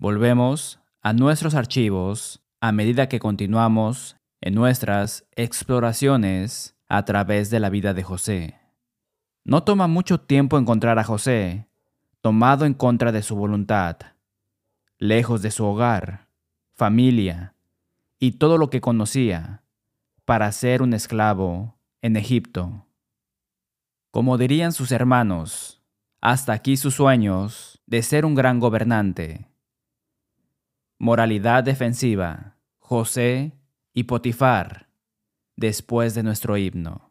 Volvemos a nuestros archivos a medida que continuamos en nuestras exploraciones a través de la vida de José. No toma mucho tiempo encontrar a José, tomado en contra de su voluntad, lejos de su hogar, familia y todo lo que conocía, para ser un esclavo en Egipto. Como dirían sus hermanos, hasta aquí sus sueños de ser un gran gobernante. Moralidad defensiva, José y Potifar, después de nuestro himno.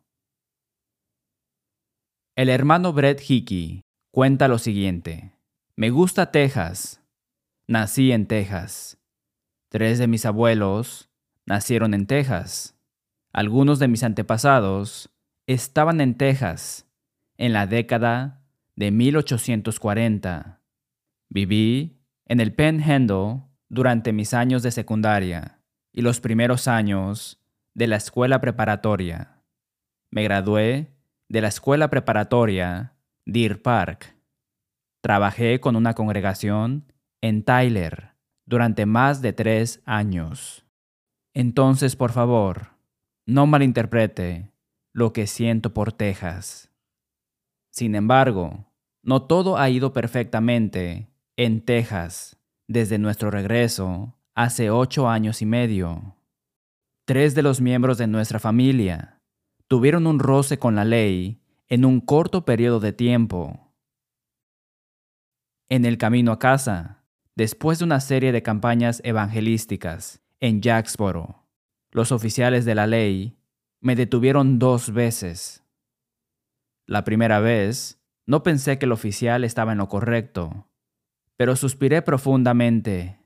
El hermano Brett Hickey cuenta lo siguiente. Me gusta Texas. Nací en Texas. 3 de mis abuelos nacieron en Texas. Algunos de mis antepasados estaban en Texas en la década de 1840. Viví en el Panhandle durante mis años de secundaria y los primeros años de la escuela preparatoria. Me gradué de la escuela preparatoria Deer Park. Trabajé con una congregación en Tyler durante más de 3 años. Entonces, por favor, no malinterprete lo que siento por Texas. Sin embargo, no todo ha ido perfectamente en Texas desde nuestro regreso hace 8 años y medio. 3 de los miembros de nuestra familia tuvieron un roce con la ley en un corto periodo de tiempo. En el camino a casa, después de una serie de campañas evangelísticas en Jacksboro, los oficiales de la ley me detuvieron 2 veces. La primera vez, no pensé que el oficial estaba en lo correcto, pero suspiré profundamente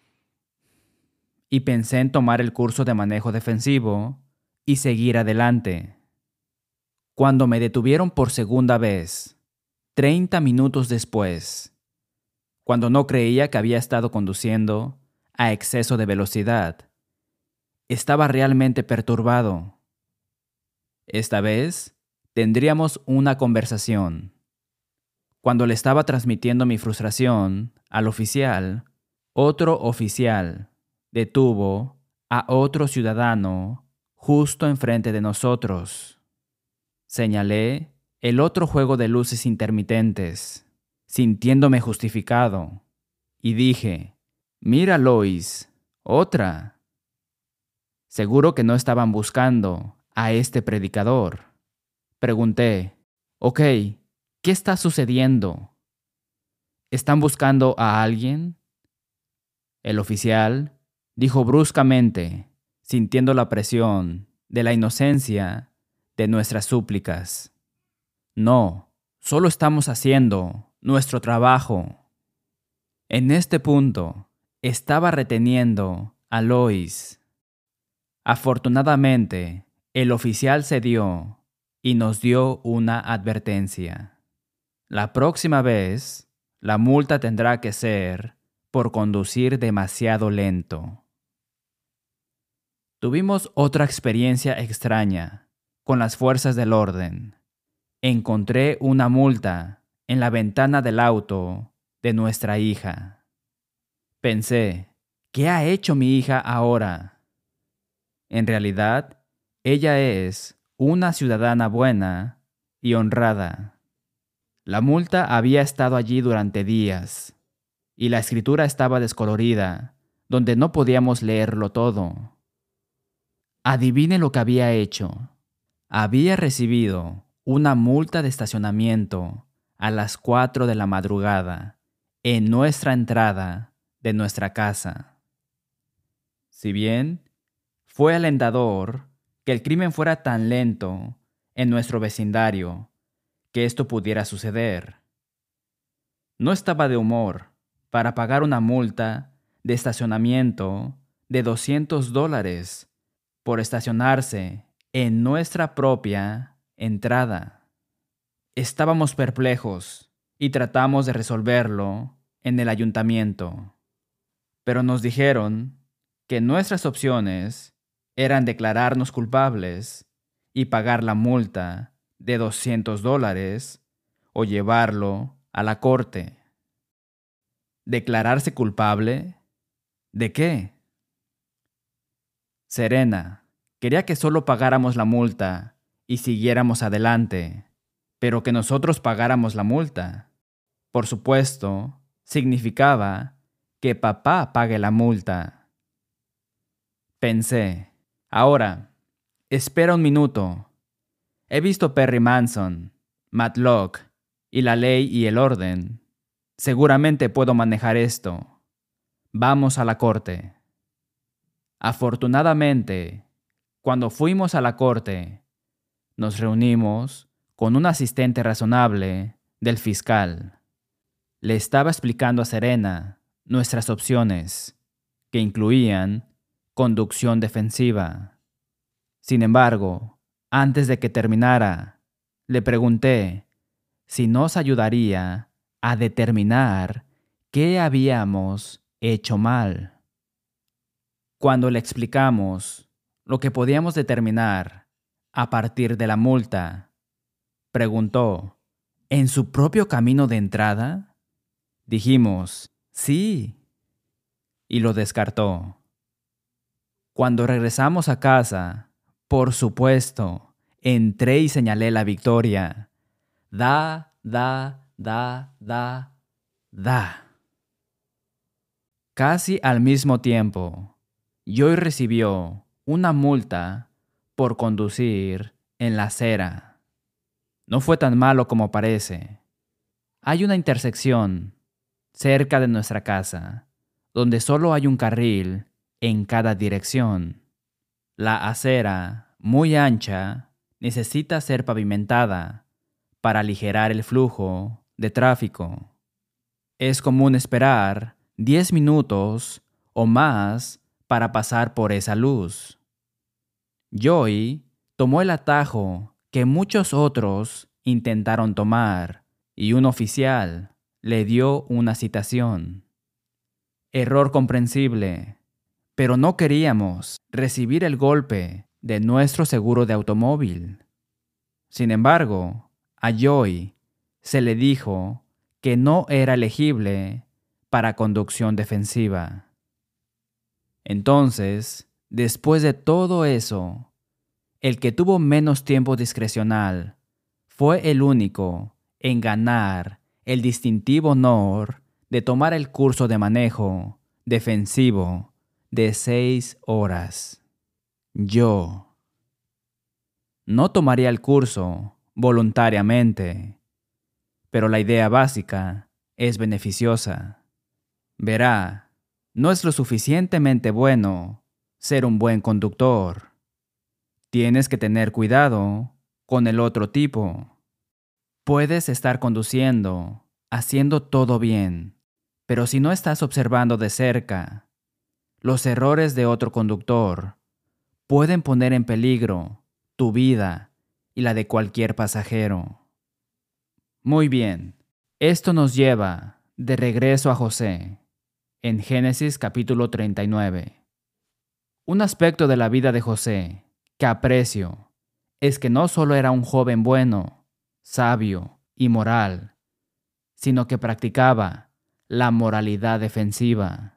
y pensé en tomar el curso de manejo defensivo y seguir adelante. Cuando me detuvieron por segunda vez, 30 minutos después, cuando no creía que había estado conduciendo a exceso de velocidad, estaba realmente perturbado. Esta vez, tendríamos una conversación. Cuando le estaba transmitiendo mi frustración al oficial, otro oficial detuvo a otro ciudadano justo enfrente de nosotros. Señalé el otro juego de luces intermitentes, sintiéndome justificado, y dije, «Mira, Lois, otra». Seguro que no estaban buscando a este predicador. Pregunté, «Ok, ¿qué está sucediendo? ¿Están buscando a alguien?» El oficial dijo bruscamente, sintiendo la presión de la inocencia de nuestras súplicas. «No, solo estamos haciendo nuestro trabajo». En este punto, estaba reteniendo a Lois. Afortunadamente, el oficial cedió y nos dio una advertencia. La próxima vez, la multa tendrá que ser por conducir demasiado lento. Tuvimos otra experiencia extraña con las fuerzas del orden. Encontré una multa en la ventana del auto de nuestra hija. Pensé, ¿qué ha hecho mi hija ahora? En realidad, ella es una ciudadana buena y honrada. La multa había estado allí durante días, y la escritura estaba descolorida, donde no podíamos leerlo todo. Adivine lo que había hecho. Había recibido una multa de estacionamiento a las 4 de la madrugada en nuestra entrada de nuestra casa. Si bien fue alentador que el crimen fuera tan lento en nuestro vecindario que esto pudiera suceder, no estaba de humor para pagar una multa de estacionamiento de $200 por estacionarse en nuestra propia entrada. Estábamos perplejos y tratamos de resolverlo en el ayuntamiento, pero nos dijeron que nuestras opciones eran declararnos culpables y pagar la multa de $200 o llevarlo a la corte. ¿Declararse culpable? ¿De qué? Serena quería que solo pagáramos la multa y siguiéramos adelante, pero que nosotros pagáramos la multa. Por supuesto, significaba que papá pague la multa. Pensé, ahora, espera un minuto. He visto Perry Mason, Matlock y La Ley y el Orden. Seguramente puedo manejar esto. Vamos a la corte. Afortunadamente, cuando fuimos a la corte, nos reunimos con un asistente razonable del fiscal. Le estaba explicando a Serena nuestras opciones, que incluían conducción defensiva. Sin embargo, antes de que terminara, le pregunté si nos ayudaría a determinar qué habíamos hecho mal. Cuando le explicamos lo que podíamos determinar a partir de la multa, preguntó, ¿en su propio camino de entrada? Dijimos, sí, y lo descartó. Cuando regresamos a casa, por supuesto, entré y señalé la victoria. Da. Casi al mismo tiempo, Joy recibió una multa por conducir en la acera. No fue tan malo como parece. Hay una intersección cerca de nuestra casa, donde solo hay un carril en cada dirección. La acera, muy ancha, necesita ser pavimentada para aligerar el flujo de tráfico. Es común esperar 10 minutos o más para pasar por esa luz. Joy tomó el atajo que muchos otros intentaron tomar y un oficial le dio una citación. Error comprensible, pero no queríamos recibir el golpe de nuestro seguro de automóvil. Sin embargo, a Joy se le dijo que no era elegible para conducción defensiva. Entonces, después de todo eso, el que tuvo menos tiempo discrecional fue el único en ganar el distintivo honor de tomar el curso de manejo defensivo de 6 horas. Yo no tomaría el curso voluntariamente, pero la idea básica es beneficiosa. Verá, no es lo suficientemente bueno ser un buen conductor. Tienes que tener cuidado con el otro tipo. Puedes estar conduciendo, haciendo todo bien, pero si no estás observando de cerca, los errores de otro conductor pueden poner en peligro tu vida y la de cualquier pasajero. Muy bien, esto nos lleva de regreso a José, en Génesis capítulo 39. Un aspecto de la vida de José que aprecio es que no solo era un joven bueno, sabio y moral, sino que practicaba la moralidad defensiva.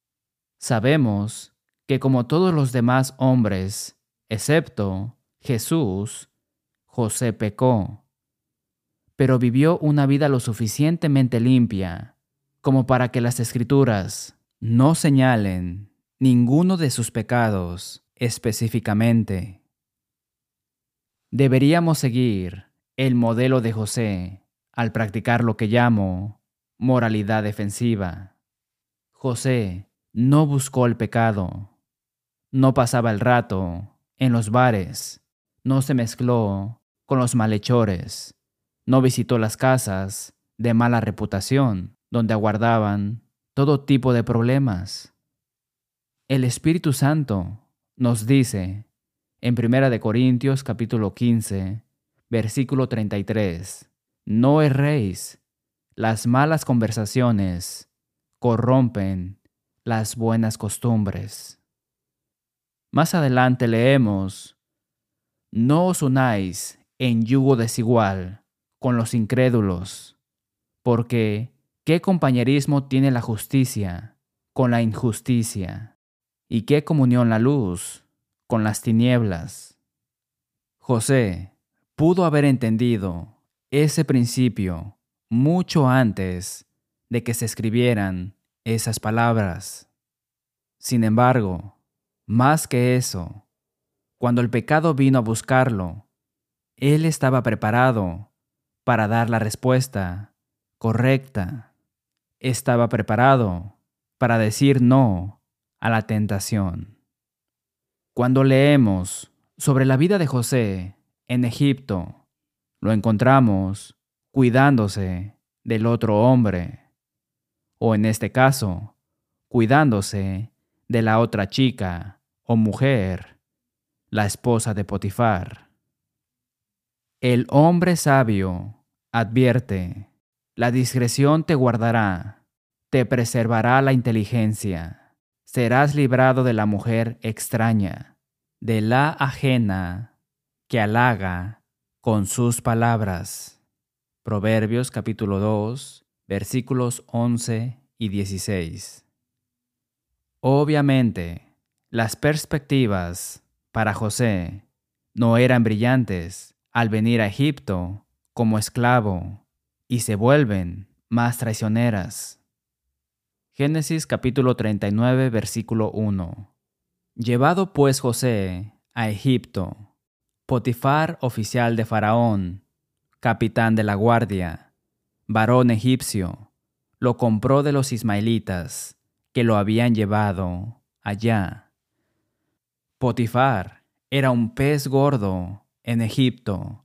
Sabemos que como todos los demás hombres, excepto Jesús, José pecó, pero vivió una vida lo suficientemente limpia como para que las Escrituras no señalen ninguno de sus pecados específicamente. Deberíamos seguir el modelo de José al practicar lo que llamo moralidad defensiva. José no buscó el pecado, no pasaba el rato en los bares, no se mezcló con los malhechores, no visitó las casas de mala reputación donde aguardaban todo tipo de problemas. El Espíritu Santo nos dice en 1 Corintios capítulo 15, versículo 33, no erréis, las malas conversaciones corrompen las buenas costumbres. Más adelante leemos, no os unáis en yugo desigual con los incrédulos, porque ¿Qué compañerismo tiene la justicia con la injusticia? ¿Y qué comunión la luz con las tinieblas? José pudo haber entendido ese principio mucho antes de que se escribieran esas palabras. Sin embargo, más que eso, cuando el pecado vino a buscarlo, él estaba preparado para dar la respuesta correcta. Estaba preparado para decir no a la tentación. Cuando leemos sobre la vida de José en Egipto, lo encontramos cuidándose del otro hombre, o en este caso, cuidándose de la otra chica o mujer, la esposa de Potifar. El hombre sabio advierte: la discreción te guardará, te preservará la inteligencia. Serás librado de la mujer extraña, de la ajena que halaga con sus palabras. Proverbios capítulo 2, versículos 11 y 16. Obviamente, las perspectivas para José no eran brillantes al venir a Egipto como esclavo, y se vuelven más traicioneras. Génesis capítulo 39, versículo 1. Llevado pues José a Egipto, Potifar, oficial de Faraón, capitán de la guardia, varón egipcio, lo compró de los ismaelitas que lo habían llevado allá. Potifar era un pez gordo en Egipto.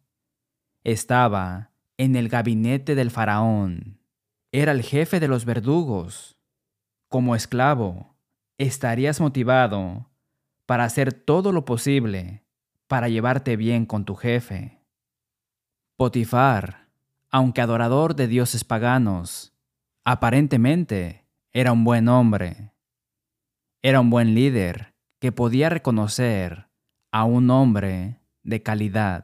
Estaba en el gabinete del faraón. Era el jefe de los verdugos. Como esclavo, estarías motivado para hacer todo lo posible para llevarte bien con tu jefe. Potifar, aunque adorador de dioses paganos, aparentemente era un buen hombre. Era un buen líder que podía reconocer a un hombre de calidad.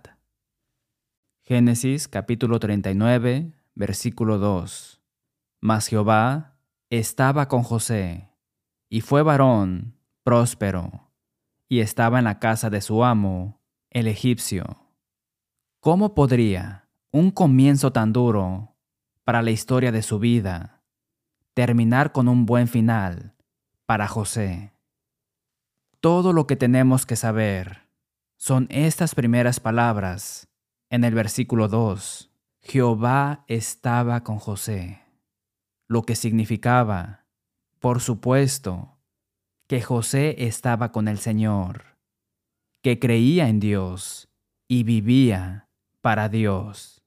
Génesis capítulo 39, versículo 2. Mas Jehová estaba con José, y fue varón próspero, y estaba en la casa de su amo, el egipcio. ¿Cómo podría un comienzo tan duro para la historia de su vida terminar con un buen final para José? Todo lo que tenemos que saber son estas primeras palabras en el versículo 2. Jehová estaba con José, lo que significaba, por supuesto, que José estaba con el Señor, que creía en Dios y vivía para Dios.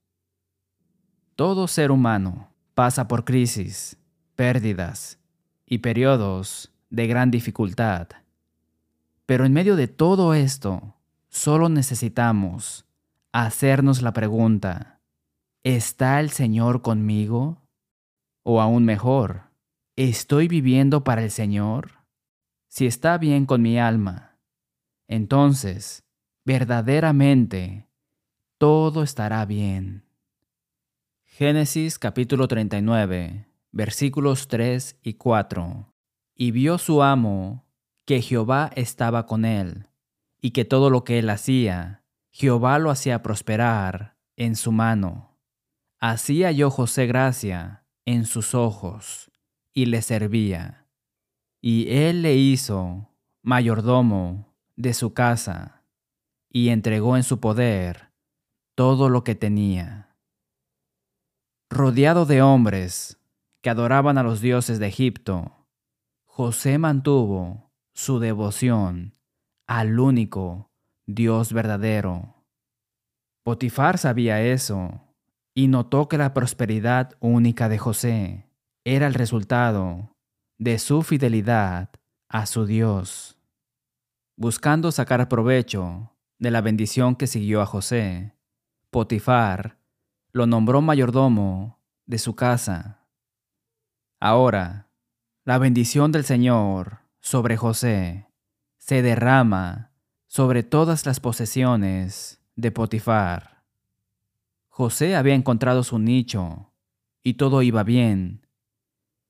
Todo ser humano pasa por crisis, pérdidas y periodos de gran dificultad. Pero en medio de todo esto, solo necesitamos hacernos la pregunta: ¿está el Señor conmigo? O aún mejor, ¿estoy viviendo para el Señor? Si está bien con mi alma, entonces, verdaderamente, todo estará bien. Génesis capítulo 39, versículos 3 y 4. Y vio su amo que Jehová estaba con él, y que todo lo que él hacía, Jehová lo hacía prosperar en su mano. Así halló José gracia en sus ojos, y le servía. Y él le hizo mayordomo de su casa, y entregó en su poder todo lo que tenía. Rodeado de hombres que adoraban a los dioses de Egipto, José mantuvo su devoción al único Dios verdadero. Potifar sabía eso y notó que la prosperidad única de José era el resultado de su fidelidad a su Dios. Buscando sacar provecho de la bendición que siguió a José, Potifar lo nombró mayordomo de su casa. Ahora, la bendición del Señor sobre José se derrama sobre todas las posesiones de Potifar. José había encontrado su nicho y todo iba bien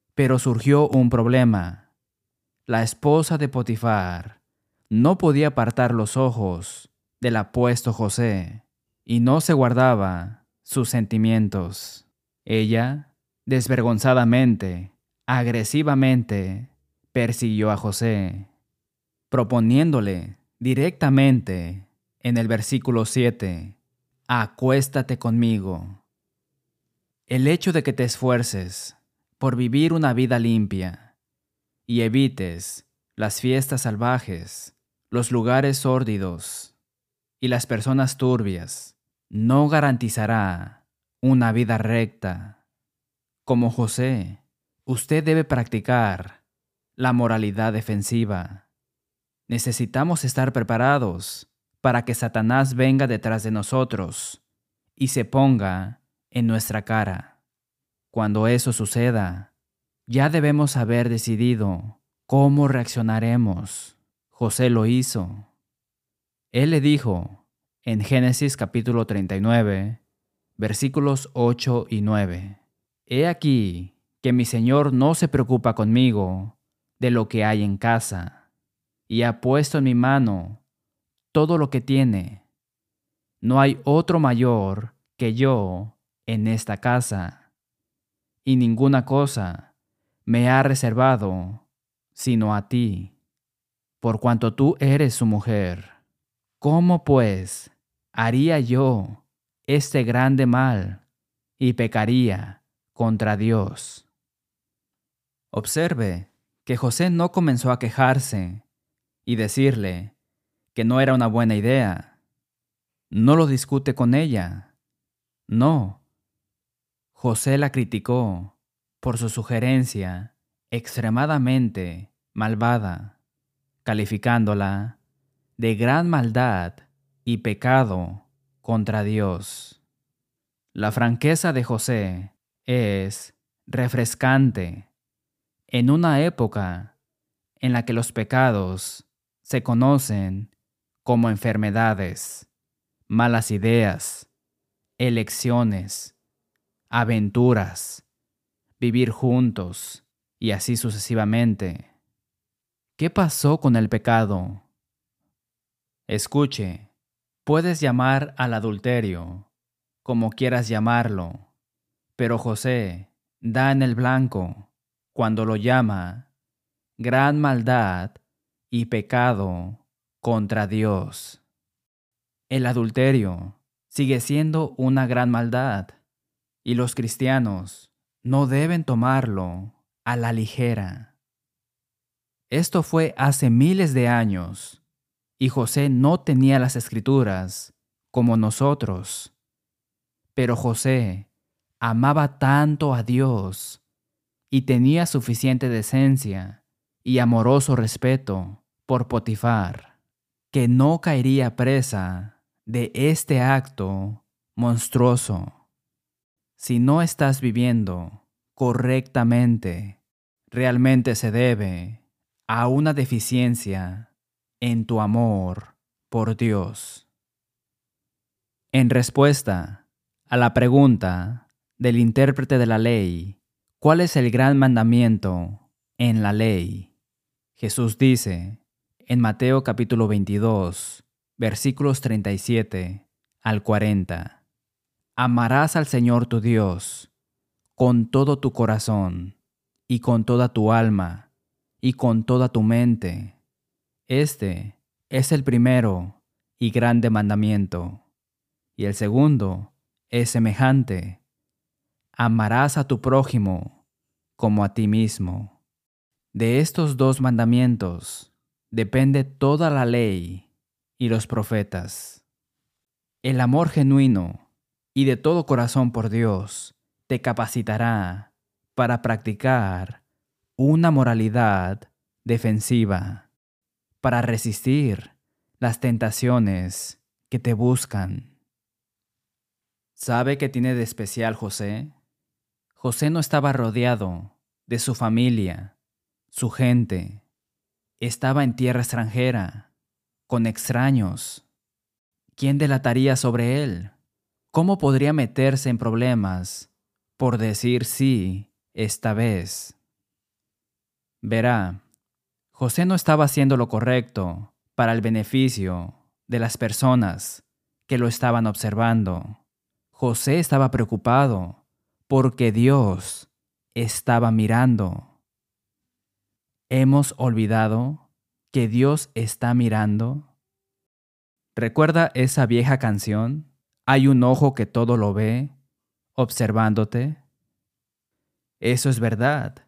Pero surgió un problema. La esposa de Potifar no podía apartar los ojos del apuesto José y no se guardaba sus sentimientos. Ella, desvergonzadamente, agresivamente, persiguió a José, proponiéndole directamente en el versículo 7, acuéstate conmigo. El hecho de que te esfuerces por vivir una vida limpia y evites las fiestas salvajes, los lugares sórdidos y las personas turbias no garantizará una vida recta. Como José, usted debe practicar la moralidad defensiva. Necesitamos estar preparados para que Satanás venga detrás de nosotros y se ponga en nuestra cara. Cuando eso suceda, ya debemos haber decidido cómo reaccionaremos. José lo hizo. Él le dijo en Génesis capítulo 39, versículos 8 y 9, He aquí que mi Señor no se preocupa conmigo de lo que hay en casa, y ha puesto en mi mano todo lo que tiene. No hay otro mayor que yo en esta casa, y ninguna cosa me ha reservado sino a ti, por cuanto tú eres su mujer. ¿Cómo pues haría yo este grande mal y pecaría contra Dios? Observe que José no comenzó a quejarse y decirle que no era una buena idea. No lo discute con ella. No. José la criticó por su sugerencia extremadamente malvada, calificándola de gran maldad y pecado contra Dios. La franqueza de José es refrescante en una época en la que los pecados se conocen como enfermedades, malas ideas, elecciones, aventuras, vivir juntos y así sucesivamente. ¿Qué pasó con el pecado? Escuche, puedes llamar al adulterio, como quieras llamarlo, pero José da en el blanco cuando lo llama gran maldad y pecado contra Dios. El adulterio sigue siendo una gran maldad y los cristianos no deben tomarlo a la ligera. Esto fue hace miles de años y José no tenía las escrituras como nosotros. Pero José amaba tanto a Dios y tenía suficiente decencia y amoroso respeto por Potifar, que no caería presa de este acto monstruoso. Si no estás viviendo correctamente, realmente se debe a una deficiencia en tu amor por Dios. En respuesta a la pregunta del intérprete de la ley, ¿cuál es el gran mandamiento en la ley? Jesús dice en Mateo capítulo 22, versículos 37 al 40, Amarás al Señor tu Dios con todo tu corazón y con toda tu alma y con toda tu mente. Este es el primero y grande mandamiento. Y el segundo es semejante. Amarás a tu prójimo como a ti mismo. De estos dos mandamientos depende toda la ley y los profetas. El amor genuino y de todo corazón por Dios te capacitará para practicar una moralidad defensiva, para resistir las tentaciones que te buscan. ¿Sabe qué tiene de especial José? José no estaba rodeado de su familia, su gente. Estaba en tierra extranjera, con extraños. ¿Quién delataría sobre él? ¿Cómo podría meterse en problemas por decir sí esta vez? Verá, José no estaba haciendo lo correcto para el beneficio de las personas que lo estaban observando. José estaba preocupado porque Dios estaba mirando. ¿Hemos olvidado que Dios está mirando? ¿Recuerda esa vieja canción? Hay un ojo que todo lo ve, observándote. Eso es verdad.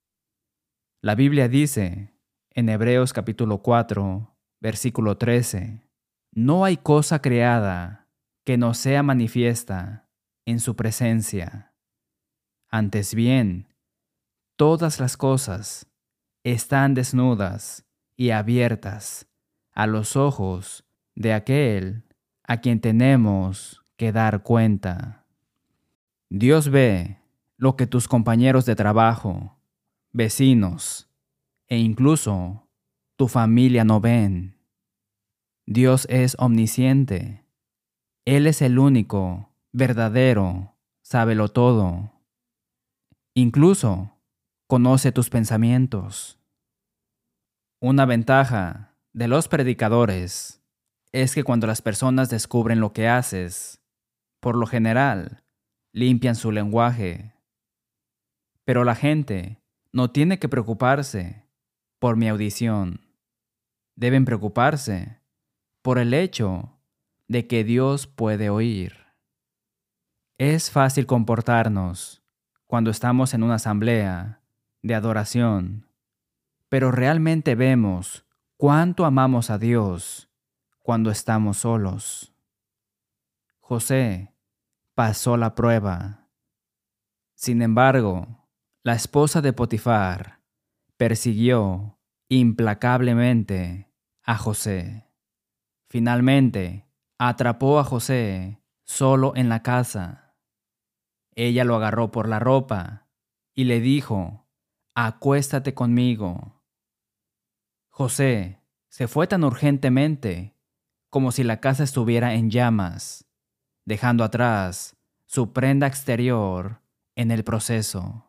La Biblia dice, en Hebreos capítulo 4, versículo 13, no hay cosa creada que no sea manifiesta en su presencia. Antes bien, todas las cosas están desnudas y abiertas a los ojos de aquel a quien tenemos que dar cuenta. Dios ve lo que tus compañeros de trabajo, vecinos e incluso tu familia no ven. Dios es omnisciente. Él es el único, verdadero, sábelo todo. Incluso conoce tus pensamientos. Una ventaja de los predicadores es que cuando las personas descubren lo que haces, por lo general, limpian su lenguaje. Pero la gente no tiene que preocuparse por mi audición. Deben preocuparse por el hecho de que Dios puede oír. Es fácil comportarnos cuando estamos en una asamblea de adoración, pero realmente vemos cuánto amamos a Dios cuando estamos solos. José pasó la prueba. Sin embargo, la esposa de Potifar persiguió implacablemente a José. Finalmente, atrapó a José solo en la casa. Ella lo agarró por la ropa y le dijo, acuéstate conmigo. José se fue tan urgentemente como si la casa estuviera en llamas, dejando atrás su prenda exterior en el proceso.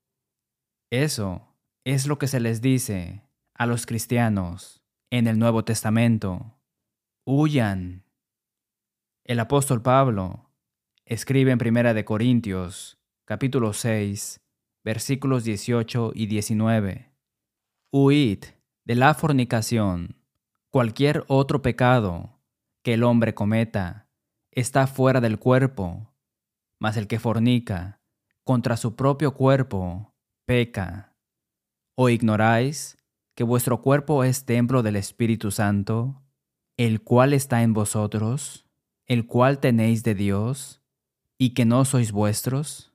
Eso es lo que se les dice a los cristianos en el Nuevo Testamento. Huyan. El apóstol Pablo escribe en 1 Corintios, capítulo 6, versículos 18 y 19. Huid de la fornicación. Cualquier otro pecado que el hombre cometa está fuera del cuerpo, mas el que fornica contra su propio cuerpo peca. ¿O ignoráis que vuestro cuerpo es templo del Espíritu Santo, el cual está en vosotros, el cual tenéis de Dios, y que no sois vuestros?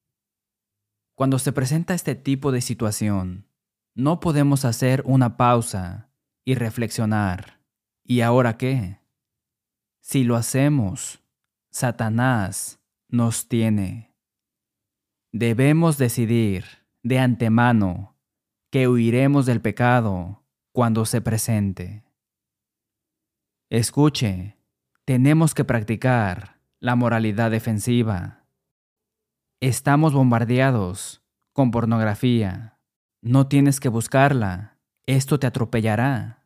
Cuando se presenta este tipo de situación, no podemos hacer una pausa y reflexionar. ¿Y ahora qué? Si lo hacemos, Satanás nos tiene. Debemos decidir de antemano que huiremos del pecado cuando se presente. Escuche, tenemos que practicar la moralidad defensiva. Estamos bombardeados con pornografía. No tienes que buscarla. Esto te atropellará.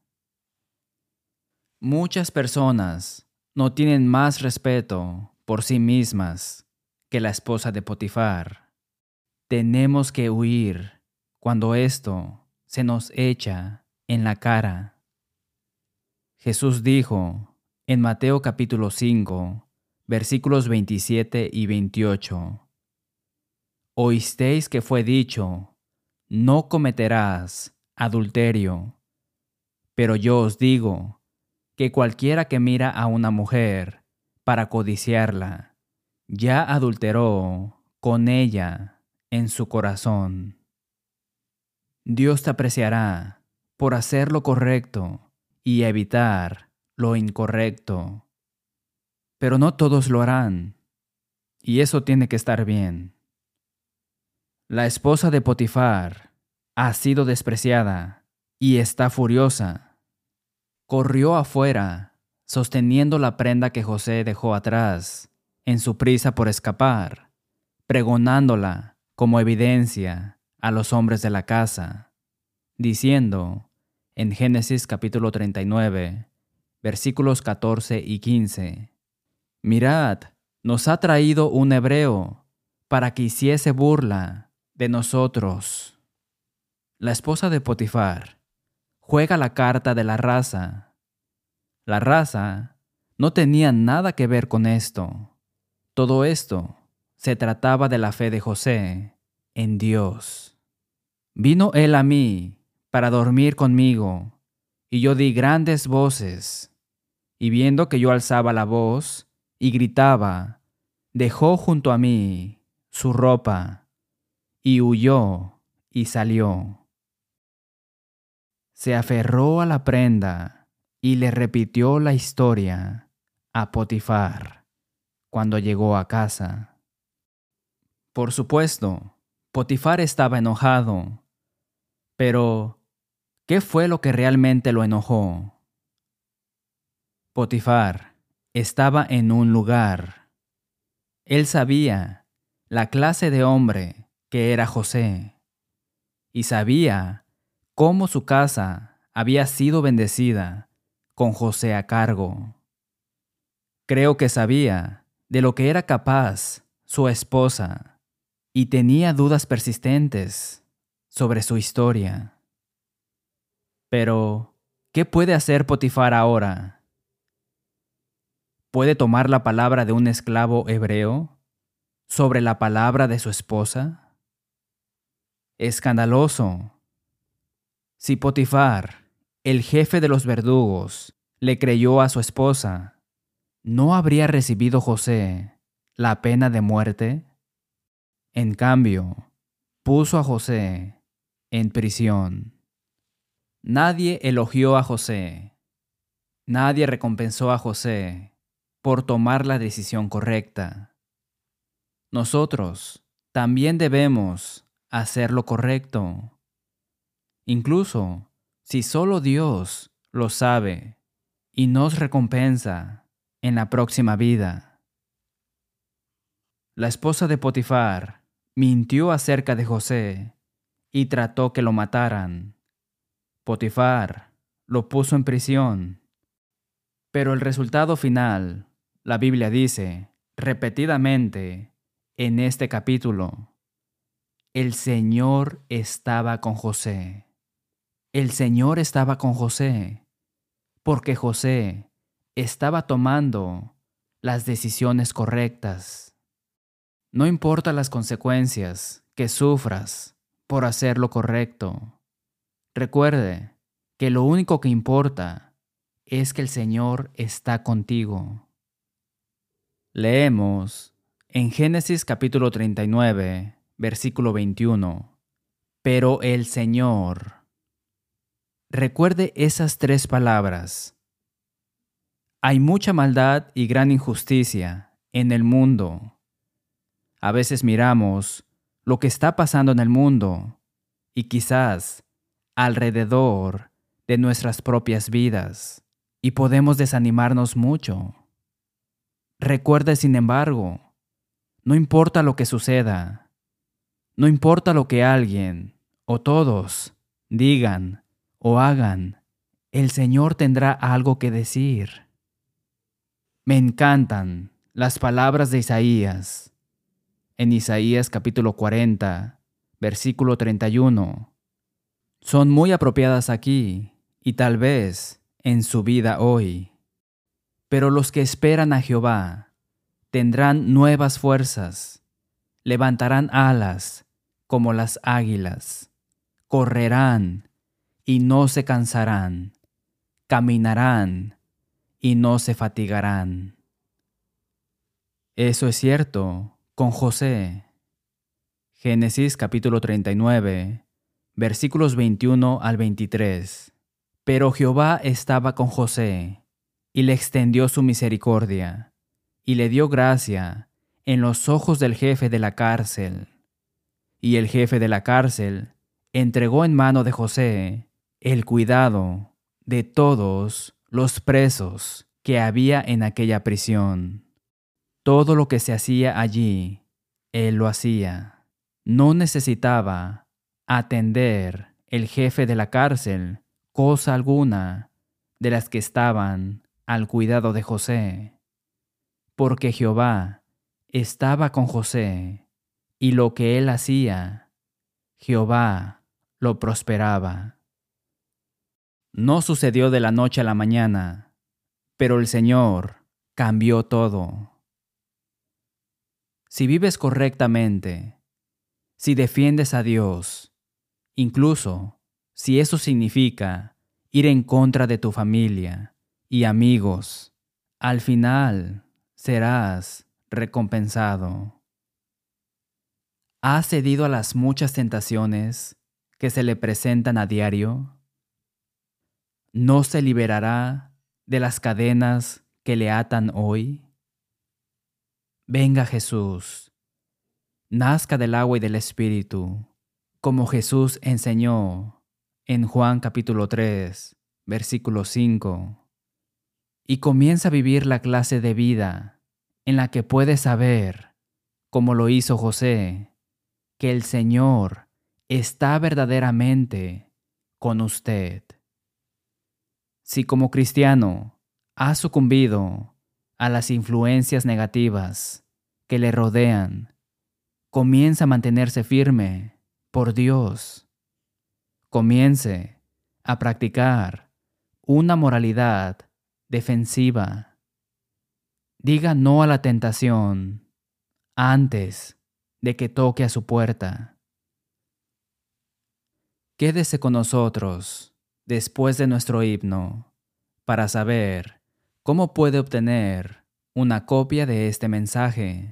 Muchas personas no tienen más respeto por sí mismas que la esposa de Potifar. Tenemos que huir cuando esto se nos echa en la cara. Jesús dijo en Mateo capítulo 5, versículos 27 y 28, oísteis que fue dicho, no cometerás adulterio. Pero yo os digo que cualquiera que mira a una mujer para codiciarla, ya adulteró con ella en su corazón. Dios te apreciará por hacer lo correcto y evitar lo incorrecto. Pero no todos lo harán, y eso tiene que estar bien. La esposa de Potifar ha sido despreciada y está furiosa. Corrió afuera, sosteniendo la prenda que José dejó atrás, en su prisa por escapar, pregonándola como evidencia a los hombres de la casa. diciendo, en Génesis capítulo 39, versículos 14 y 15, «Mirad, nos ha traído un hebreo para que hiciese burla de nosotros». La esposa de Potifar juega la carta de la raza. La raza no tenía nada que ver con esto. Todo esto se trataba de la fe de José en Dios. «Vino él a mí para dormir conmigo, y yo di grandes voces, y viendo que yo alzaba la voz y gritaba, dejó junto a mí su ropa, y huyó y salió. Se aferró a la prenda y le repitió la historia a Potifar cuando llegó a casa. Por supuesto, Potifar estaba enojado, pero ¿qué fue lo que realmente lo enojó? Potifar estaba en un lugar. Él sabía la clase de hombre que era José y sabía cómo su casa había sido bendecida con José a cargo. Creo que sabía de lo que era capaz su esposa y tenía dudas persistentes sobre su historia. Pero, ¿qué puede hacer Potifar ahora? ¿Puede tomar la palabra de un esclavo hebreo sobre la palabra de su esposa? Escandaloso. Si Potifar, el jefe de los verdugos, le creyó a su esposa, ¿no habría recibido José la pena de muerte? En cambio, puso a José en prisión. Nadie elogió a José. Nadie recompensó a José por tomar la decisión correcta. Nosotros también debemos hacer lo correcto, incluso si solo Dios lo sabe y nos recompensa en la próxima vida. La esposa de Potifar mintió acerca de José y trató que lo mataran. Potifar lo puso en prisión. Pero el resultado final, la Biblia dice repetidamente en este capítulo, el Señor estaba con José. El Señor estaba con José, porque José estaba tomando las decisiones correctas. No importa las consecuencias que sufras por hacer lo correcto. Recuerde que lo único que importa es que el Señor está contigo. Leemos en Génesis capítulo 39, versículo 21. Pero el Señor. Recuerde esas tres palabras. Hay mucha maldad y gran injusticia en el mundo. A veces miramos lo que está pasando en el mundo y quizás alrededor de nuestras propias vidas y podemos desanimarnos mucho. Recuerde, sin embargo, no importa lo que suceda, no importa lo que alguien o todos digan o hagan, el Señor tendrá algo que decir. Me encantan las palabras de Isaías. En Isaías capítulo 40, versículo 31. Son muy apropiadas aquí y tal vez en su vida hoy. Pero los que esperan a Jehová tendrán nuevas fuerzas, levantarán alas como las águilas, correrán y no se cansarán, caminarán y no se fatigarán. Eso es cierto con José. Génesis capítulo 39, versículos 21 al 23. Pero Jehová estaba con José, y le extendió su misericordia, y le dio gracia en los ojos del jefe de la cárcel. Y el jefe de la cárcel entregó en mano de José el cuidado de todos los presos que había en aquella prisión. Todo lo que se hacía allí, él lo hacía. No necesitaba atender el jefe de la cárcel cosa alguna de las que estaban al cuidado de José, porque Jehová estaba con José, y lo que él hacía, Jehová lo prosperaba. No sucedió de la noche a la mañana, pero el Señor cambió todo. Si vives correctamente, si defiendes a Dios, incluso si eso significa ir en contra de tu familia y amigos, al final serás recompensado. ¿Has cedido a las muchas tentaciones que se le presentan a diario? ¿No se liberará de las cadenas que le atan hoy? Venga Jesús, nazca del agua y del Espíritu, como Jesús enseñó en Juan capítulo 3, versículo 5, y comienza a vivir la clase de vida en la que puede saber, como lo hizo José, que el Señor está verdaderamente con usted. Si como cristiano ha sucumbido a las influencias negativas que le rodean, comienza a mantenerse firme por Dios. Comience a practicar una moralidad defensiva. Diga no a la tentación antes de que toque a su puerta. Quédese con nosotros después de nuestro himno para saber cómo puede obtener una copia de este mensaje.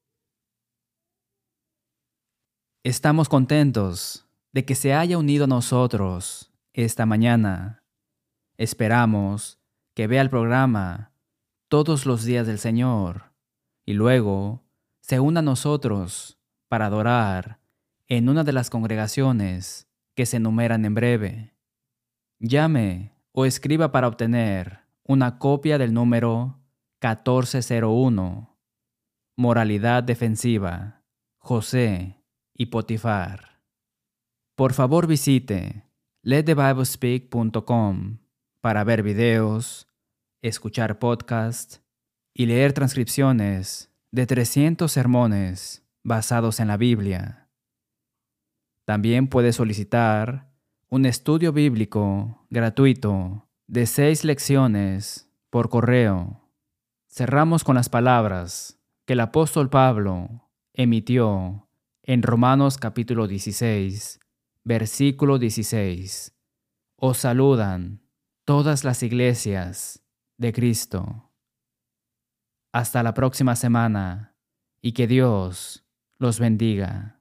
Estamos contentos de que se haya unido a nosotros esta mañana. Esperamos que vea el programa Todos los Días del Señor y luego se una a nosotros para adorar en una de las congregaciones que se enumeran en breve. Llame o escriba para obtener una copia del número 1401, Moralidad Defensiva, José y Potifar. Por favor visite letthebiblespeak.com para ver videos, escuchar podcasts y leer transcripciones de 300 sermones basados en la Biblia. También puede solicitar un estudio bíblico gratuito de 6 lecciones por correo. Cerramos con las palabras que el apóstol Pablo emitió en Romanos capítulo 16, versículo 16. Os saludan todas las iglesias de Cristo. Hasta la próxima semana y que Dios los bendiga.